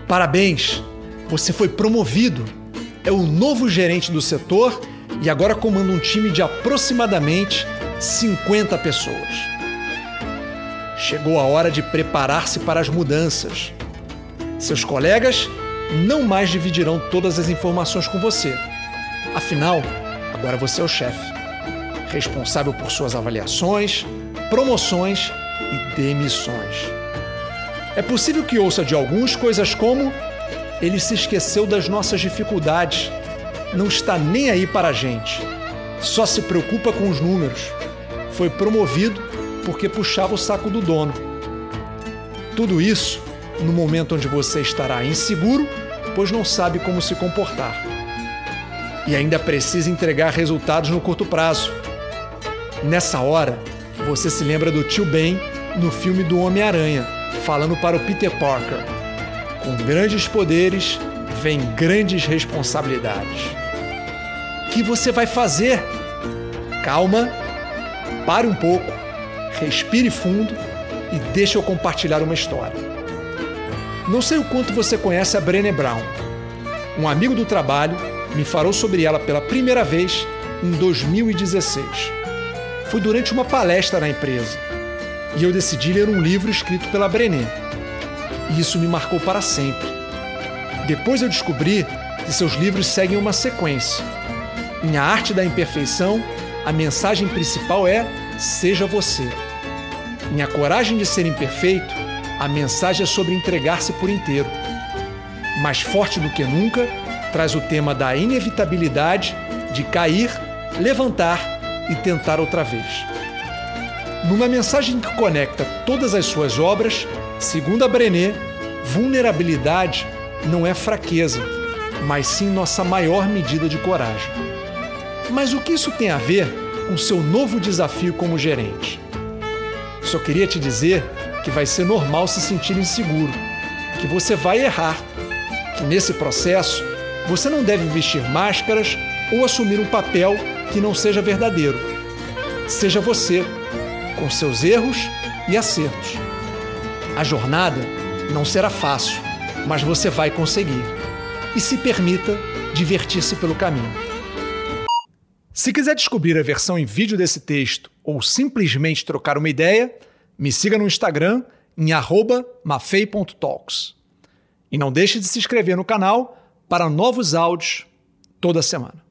Parabéns! Você foi promovido. É o novo gerente do setor e agora comanda um time de aproximadamente 50 pessoas. Chegou a hora de preparar-se para as mudanças. Seus colegas não mais dividirão todas as informações com você. Afinal, agora você é o chefe, responsável por suas avaliações, promoções e demissões. É possível que ouça de alguns coisas como: ele se esqueceu das nossas dificuldades, não está nem aí para a gente, só se preocupa com os números, foi promovido porque puxava o saco do dono. Tudo isso no momento onde você estará inseguro, pois não sabe como se comportar. E ainda precisa entregar resultados no curto prazo. Nessa hora, você se lembra do tio Ben no filme do Homem-Aranha, falando para o Peter Parker: com grandes poderes, vem grandes responsabilidades. O que você vai fazer? Calma, pare um pouco, respire fundo e deixe eu compartilhar uma história. Não sei o quanto você conhece a Brené Brown. Um amigo do trabalho me falou sobre ela pela primeira vez em 2016. Foi durante uma palestra na empresa e eu decidi ler um livro escrito pela Brené. E isso me marcou para sempre. Depois eu descobri que seus livros seguem uma sequência. Em A Arte da Imperfeição, a mensagem principal é: seja você. Em A Coragem de Ser Imperfeito, a mensagem é sobre entregar-se por inteiro. Mais forte do que nunca, traz o tema da inevitabilidade de cair, levantar e tentar outra vez. Numa mensagem que conecta todas as suas obras, segundo a Brené, vulnerabilidade não é fraqueza, mas sim nossa maior medida de coragem. Mas o que isso tem a ver com seu novo desafio como gerente? Só queria te dizer que vai ser normal se sentir inseguro, que você vai errar, que nesse processo você não deve vestir máscaras ou assumir um papel que não seja verdadeiro. Seja você, com seus erros e acertos. A jornada não será fácil, mas você vai conseguir. E se permita divertir-se pelo caminho. Se quiser descobrir a versão em vídeo desse texto ou simplesmente trocar uma ideia, me siga no Instagram em @mafei.talks. E não deixe de se inscrever no canal para novos áudios toda semana.